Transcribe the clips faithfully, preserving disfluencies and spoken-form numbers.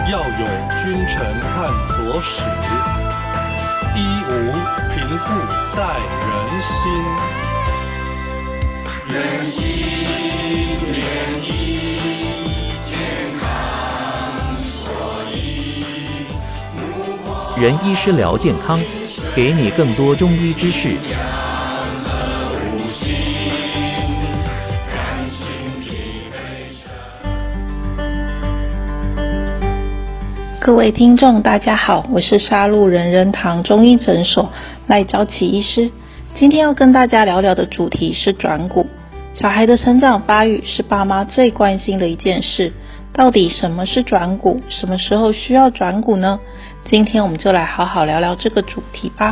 要有君臣判佐使，一无贫富在人心。 人心联谊，健康所依。 人医师聊健康，给你更多中医知识。 各位听众大家好，我是沙鹿人人堂中医诊所赖昭琪医师。今天要跟大家聊聊的主题是转骨。小孩的成长发育是爸妈最关心的一件事，到底什么是转骨，什么时候需要转骨呢？今天我们就来好好聊聊这个主题吧。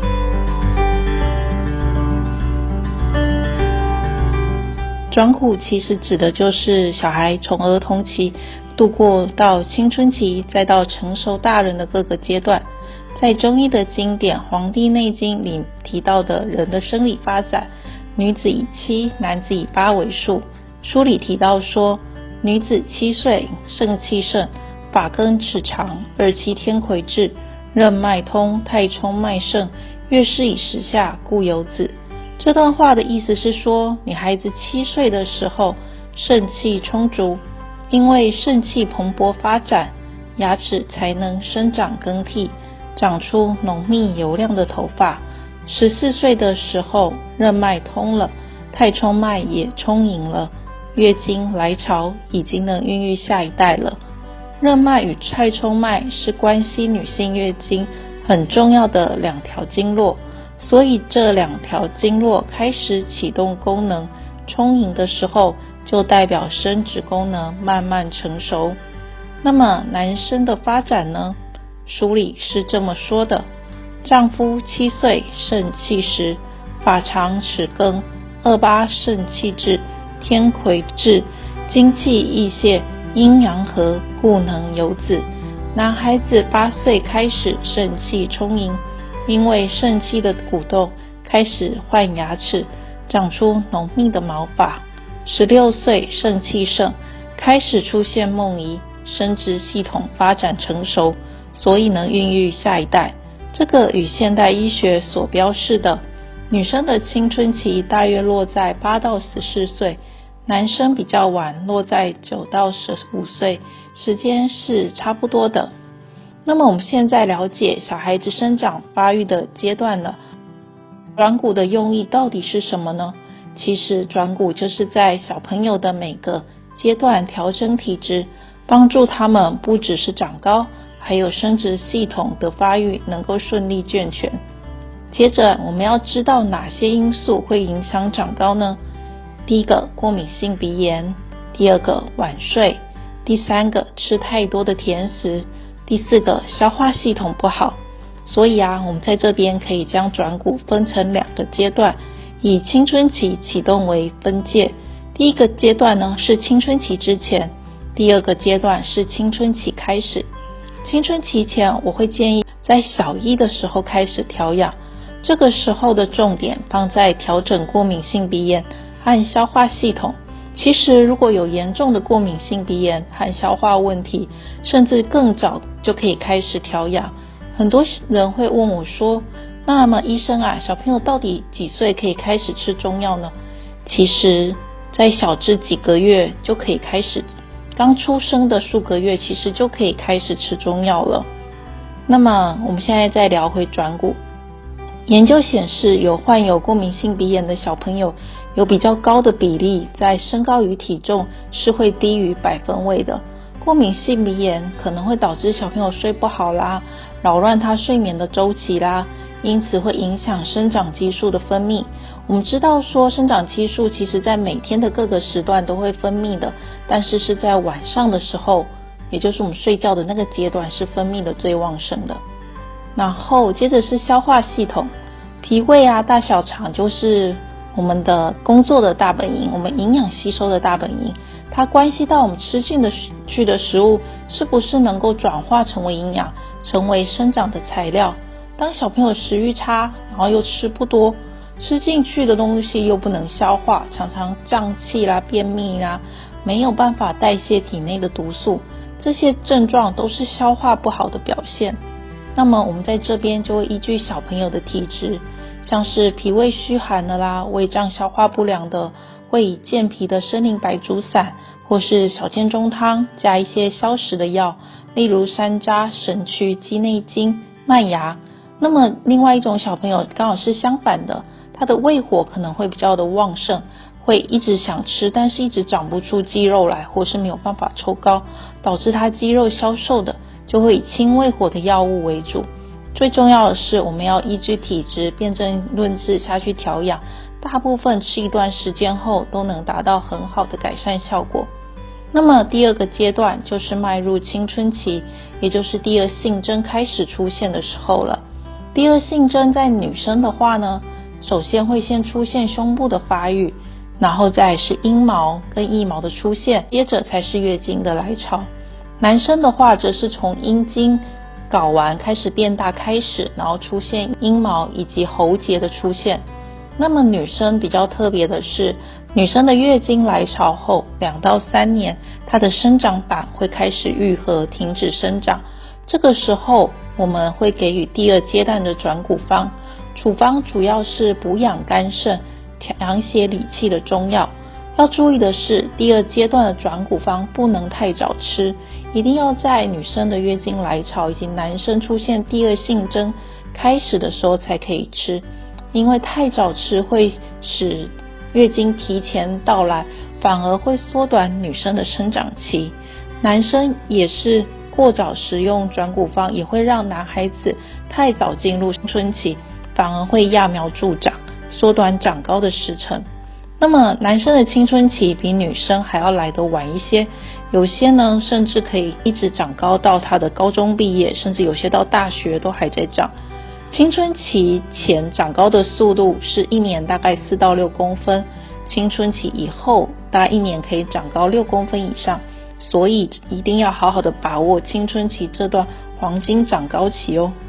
转骨其实指的就是小孩从儿童期度过到青春期，再到成熟大人的各个阶段。在中医的经典《黄帝内经》里提到的人的生理发展，女子以七，男子以八为数。书里提到说，女子七岁，肾气盛，发根齿长，二七天癸至，任脉通，太冲脉盛，月事以时下，故有子。这段话的意思是说，女孩子七岁的时候，肾气充足，因为肾气蓬勃发展，牙齿才能生长更替，长出浓密油亮的头发。十四岁的时候，任脉通了，太冲脉也充盈了，月经来潮，已经能孕育下一代了。任脉与太冲脉是关系女性月经很重要的两条经络，所以这两条经络开始启动功能充盈的时候，就代表生殖功能慢慢成熟。那么男生的发展呢？书里是这么说的：丈夫七岁，肾气实，发长齿更，二八肾气至，天癸至，精气溢泄，阴阳和，故能有子。男孩子八岁开始肾气充盈，因为肾气的鼓动，开始换牙齿，长出浓密的毛发。十六岁肾气盛，开始出现梦遗，生殖系统发展成熟，所以能孕育下一代。这个与现代医学所标示的女生的青春期大约落在八到十四岁，男生比较晚，落在九到十五岁，时间是差不多的。那么我们现在了解小孩子生长发育的阶段了，转骨的用意到底是什么呢？其实转骨就是在小朋友的每个阶段调整体质，帮助他们不只是长高，还有生殖系统的发育能够顺利健全。接着我们要知道哪些因素会影响长高呢？第一个，过敏性鼻炎；第二个，晚睡；第三个，吃太多的甜食；第四个，消化系统不好。所以啊，我们在这边可以将转骨分成两个阶段，以青春期启动为分界。第一个阶段呢是青春期之前，第二个阶段是青春期开始。青春期前，我会建议在小一的时候开始调养，这个时候的重点放在调整过敏性鼻炎和消化系统。其实如果有严重的过敏性鼻炎和消化问题，甚至更早就可以开始调养。很多人会问我说，那么医生啊，小朋友到底几岁可以开始吃中药呢？其实在小至几个月就可以开始，刚出生的数个月其实就可以开始吃中药了。那么我们现在再聊回转骨。研究显示，有患有过敏性鼻炎的小朋友有比较高的比例在身高与体重是会低于百分位的。过敏性鼻炎可能会导致小朋友睡不好啦，扰乱他睡眠的周期啦，因此会影响生长激素的分泌。我们知道说生长激素其实在每天的各个时段都会分泌的，但是是在晚上的时候，也就是我们睡觉的那个阶段是分泌的最旺盛的。然后接着是消化系统，脾胃啊、大小肠就是我们的工作的大本营，我们营养吸收的大本营，它关系到我们吃进的去的食物是不是能够转化成为营养，成为生长的材料。当小朋友食欲差，然后又吃不多，吃进去的东西又不能消化，常常胀气啦、便秘啦，没有办法代谢体内的毒素，这这些症状都是消化不好的表现。那么我们在这边就会依据小朋友的体质，像是脾胃虚寒的啦，胃胀消化不良的，会以健脾的参苓白术散或是小建中汤加一些消食的药，例如山楂、神曲、鸡内金、麦芽。那么另外一种小朋友刚好是相反的，他的胃火可能会比较的旺盛，会一直想吃，但是一直长不出肌肉来，或是没有办法抽高，导致他肌肉消瘦的，就会以清胃火的药物为主。最重要的是，我们要依据体质辨证论治下去调养，大部分吃一段时间后都能达到很好的改善效果。那么第二个阶段就是迈入青春期，也就是第二性征开始出现的时候了。第二性征在女生的话呢，首先会先出现胸部的发育，然后再来是阴毛跟腋毛的出现，接着才是月经的来潮。男生的话则是从阴茎睾丸开始变大开始，然后出现阴毛以及喉结的出现。那么女生比较特别的是，女生的月经来潮后两到三年，她的生长板会开始愈合，停止生长。这个时候我们会给予第二阶段的转骨方，处方主要是补养肝肾、养血理气的中药。要注意的是，第二阶段的转骨方不能太早吃，一定要在女生的月经来潮以及男生出现第二性征开始的时候才可以吃，因为太早吃会使月经提前到来，反而会缩短女生的生长期。男生也是过早食用转骨方，也会让男孩子太早进入青春期，反而会揠苗助长，缩短长高的时程。那么男生的青春期比女生还要来得晚一些，有些呢甚至可以一直长高到他的高中毕业，甚至有些到大学都还在长。青春期前长高的速度是一年大概四到六公分，青春期以后大概一年可以长高六公分以上，所以一定要好好的把握青春期这段黄金长高期哦。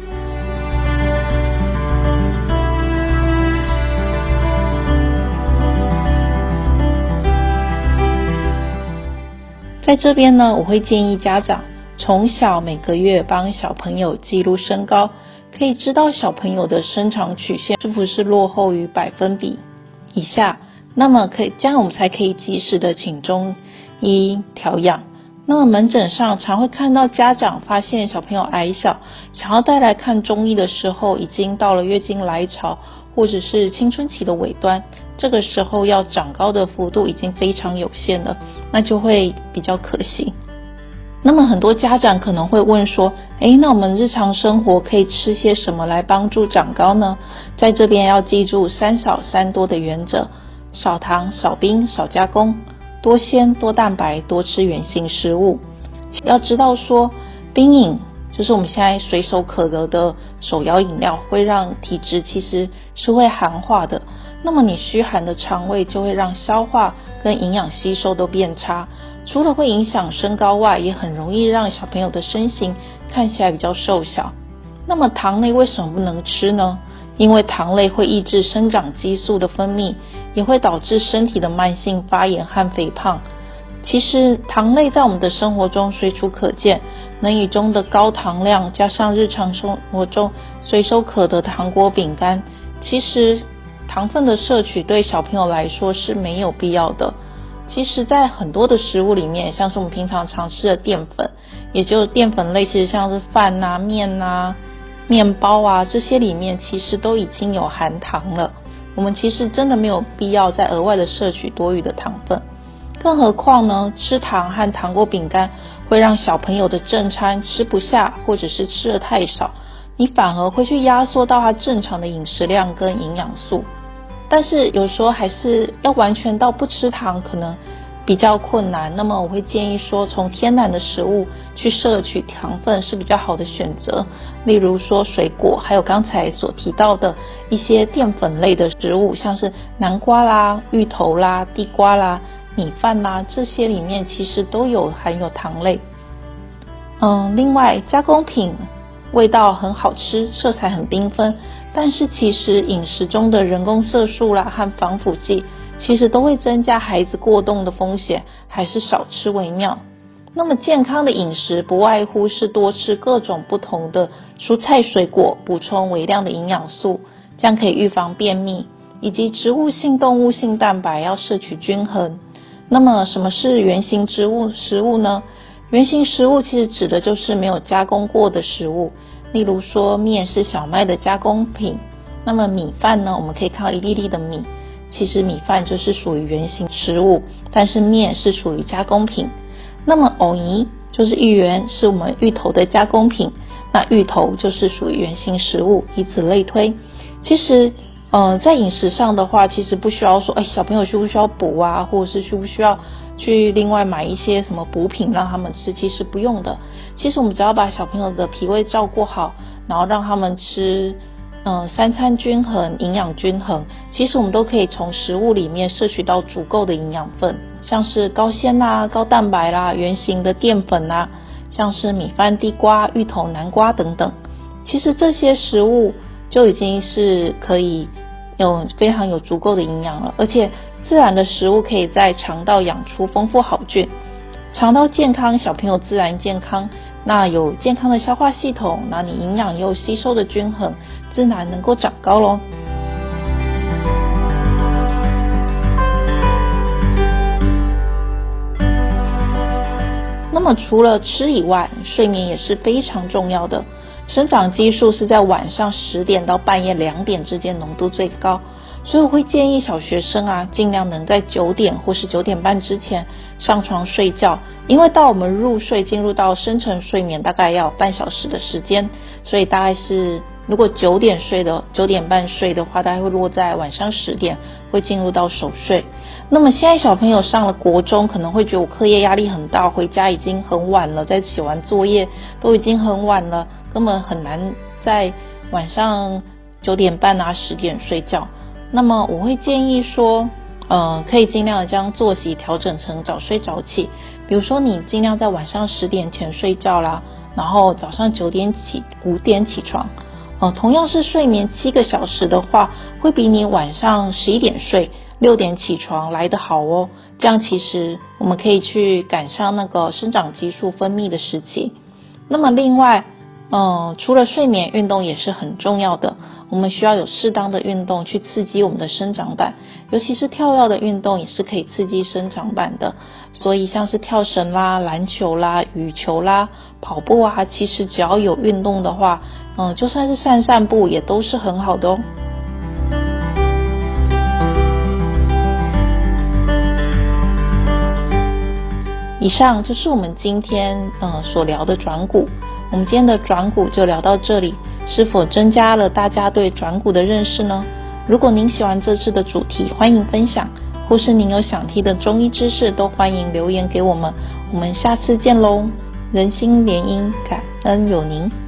在这边呢，我会建议家长从小每个月帮小朋友记录身高，可以知道小朋友的身长曲线是不是落后于百分比以下，那么可以这样我们才可以及时的请中医调养。那么门诊上常会看到家长发现小朋友矮小，想要带来看中医的时候已经到了月经来潮或者是青春期的尾端，这个时候要长高的幅度已经非常有限了，那就会比较可惜。那么很多家长可能会问说，诶，那我们日常生活可以吃些什么来帮助长高呢？在这边要记住三少三多的原则，少糖、少冰、少加工，多鲜、多蛋白，多吃原型食物。要知道说，冰饮就是我们现在随手可得的手摇饮料，会让体质其实是会寒化的。那么你虚寒的肠胃就会让消化跟营养吸收都变差，除了会影响身高外，也很容易让小朋友的身形看起来比较瘦小。那么糖类为什么不能吃呢？因为糖类会抑制生长激素的分泌，也会导致身体的慢性发炎和肥胖。其实糖类在我们的生活中随处可见，能饮中的高糖量加上日常生活中随手可得的糖果饼干，其实糖分的摄取对小朋友来说是没有必要的。其实在很多的食物里面，像是我们平常常吃的淀粉，也就是淀粉类，其实像是饭啊、面啊、面包啊，这些里面其实都已经有含糖了。我们其实真的没有必要再额外的摄取多余的糖分。更何况呢，吃糖和糖果饼干会让小朋友的正餐吃不下，或者是吃得太少，你反而会去压缩到他正常的饮食量跟营养素。但是有时候还是要完全到不吃糖可能比较困难，那么我会建议说从天然的食物去摄取糖分是比较好的选择，例如说水果，还有刚才所提到的一些淀粉类的食物，像是南瓜啦、芋头啦、地瓜啦、米饭啦，这些里面其实都有含有糖类。嗯，另外加工品味道很好吃，色彩很缤纷，但是其实饮食中的人工色素啦和防腐剂其实都会增加孩子过动的风险，还是少吃为妙。 那么健康的饮食不外乎是多吃各种不同的蔬菜水果，补充微量的营养素，这样可以预防便秘，以及植物性动物性蛋白要摄取均衡。那么什么是原型植物食物呢？原型食物其实指的就是没有加工过的食物，例如说面是小麦的加工品，那么米饭呢，我们可以看到一粒粒的米，其实米饭就是属于原型食物，但是面是属于加工品。那么藕泥就是芋圆，是我们芋头的加工品，那芋头就是属于原型食物，以此类推。其实呃，在饮食上的话，其实不需要说，哎，小朋友需不需要补啊，或者是需不需要去另外买一些什么补品让他们吃，其实不用的。其实我们只要把小朋友的脾胃照顾好，然后让他们吃嗯、呃，三餐均衡，营养均衡，其实我们都可以从食物里面摄取到足够的营养分，像是高纤啦、高蛋白啦、原型的淀粉啦，像是米饭、地瓜、芋头、南瓜等等。其实这些食物就已经是可以有非常有足够的营养了，而且自然的食物可以在肠道养出丰富好菌，肠道健康，小朋友自然健康，那有健康的消化系统，那你营养又吸收的均衡，自然能够长高咯。那么除了吃以外，睡眠也是非常重要的。生长激素是在晚上十点到半夜两点之间浓度最高，所以我会建议小学生啊，尽量能在九点或是九点半之前上床睡觉，因为到我们入睡进入到深层睡眠大概要半小时的时间，所以大概是如果九点睡的九点半睡的话，大概会落在晚上十点会进入到熟睡。那么现在小朋友上了国中，可能会觉得我课业压力很大，回家已经很晚了，在写完作业都已经很晚了，根本很难在晚上九点半啊十点睡觉。那么我会建议说呃，可以尽量的将作息调整成早睡早起，比如说你尽量在晚上十点前睡觉啦，然后早上九点起五点起床。呃，同样是睡眠七个小时的话，会比你晚上十一点睡六点起床来得好哦。这样其实我们可以去赶上那个生长激素分泌的时期。那么另外呃，除了睡眠，运动也是很重要的，我们需要有适当的运动去刺激我们的生长板，尤其是跳跃的运动也是可以刺激生长板的，所以像是跳绳啦、篮球啦、羽球啦、跑步啊，其实只要有运动的话，嗯、呃，就算是散散步也都是很好的哦。以上就是我们今天呃所聊的转骨，我们今天的转骨就聊到这里，是否增加了大家对转骨的认识呢？如果您喜欢这次的主题，欢迎分享，或是您有想听的中医知识，都欢迎留言给我们。我们下次见喽！人心联姻，感恩有您。